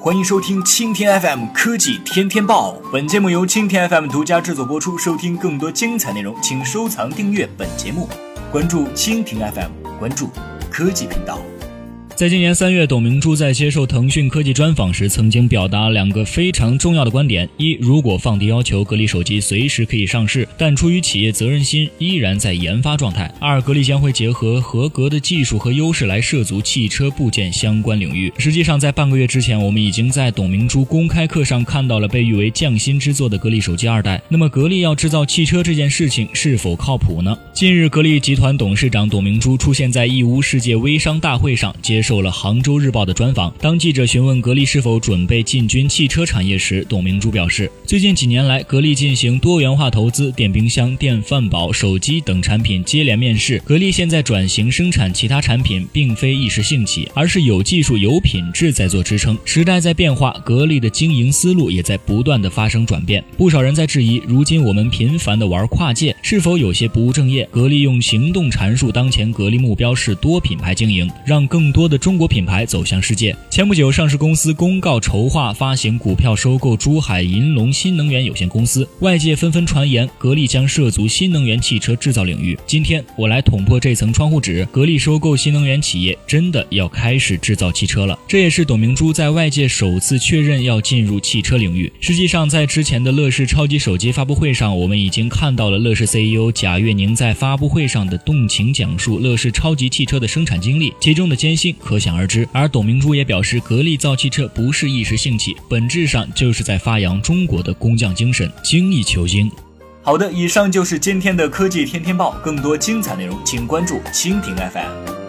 欢迎收听蜻蜓 FM 科技天天报，本节目由蜻蜓 FM 独家制作播出。收听更多精彩内容，请收藏订阅本节目，关注蜻蜓 FM， 关注科技频道。 在今年3月，董明珠在接受腾讯科技专访时，曾经表达2个非常重要的观点：一，如果放低要求，格力手机随时可以上市，但出于企业责任心，依然在研发状态；二，格力将会结合合格的技术和优势来涉足汽车部件相关领域。实际上，在半个月之前，我们已经在董明珠公开课上看到了被誉为匠心之作的格力手机2代。那么，格力要制造汽车这件事情是否靠谱呢？近日，格力集团董事长董明珠出现在义乌世界微商大会上，接受了杭州日报的专访。当记者询问格力是否准备进军汽车产业时，董明珠表示，最近几年来，格力进行多元化投资，电冰箱、电饭煲、手机等产品接连面世。格力现在转型生产其他产品，并非一时兴起，而是有技术、有品质在做支撑。时代在变化，格力的经营思路也在不断的发生转变。不少人在质疑，如今我们频繁的玩跨界，是否有些不务正业？格力用行动阐述，当前格力目标是多品牌经营，让更多的中国品牌走向世界。前不久，上市公司公告筹划发行股票收购珠海银隆新能源有限公司，外界纷纷传言格力将涉足新能源汽车制造领域。今天我来捅破这层窗户纸，格力收购新能源企业真的要开始制造汽车了。这也是董明珠在外界首次确认要进入汽车领域。实际上，在之前的乐视超级手机发布会上，我们已经看到了乐视 CEO 贾跃宁在发布会上的动情讲述乐视超级汽车的生产经历，其中的艰辛可想而知。而董明珠也表示，格力造汽车不是一时兴起，本质上就是在发扬中国的工匠精神，精益求精。 好的，以上就是今天的科技天天报，更多精彩内容请关注蜻蜓 FM。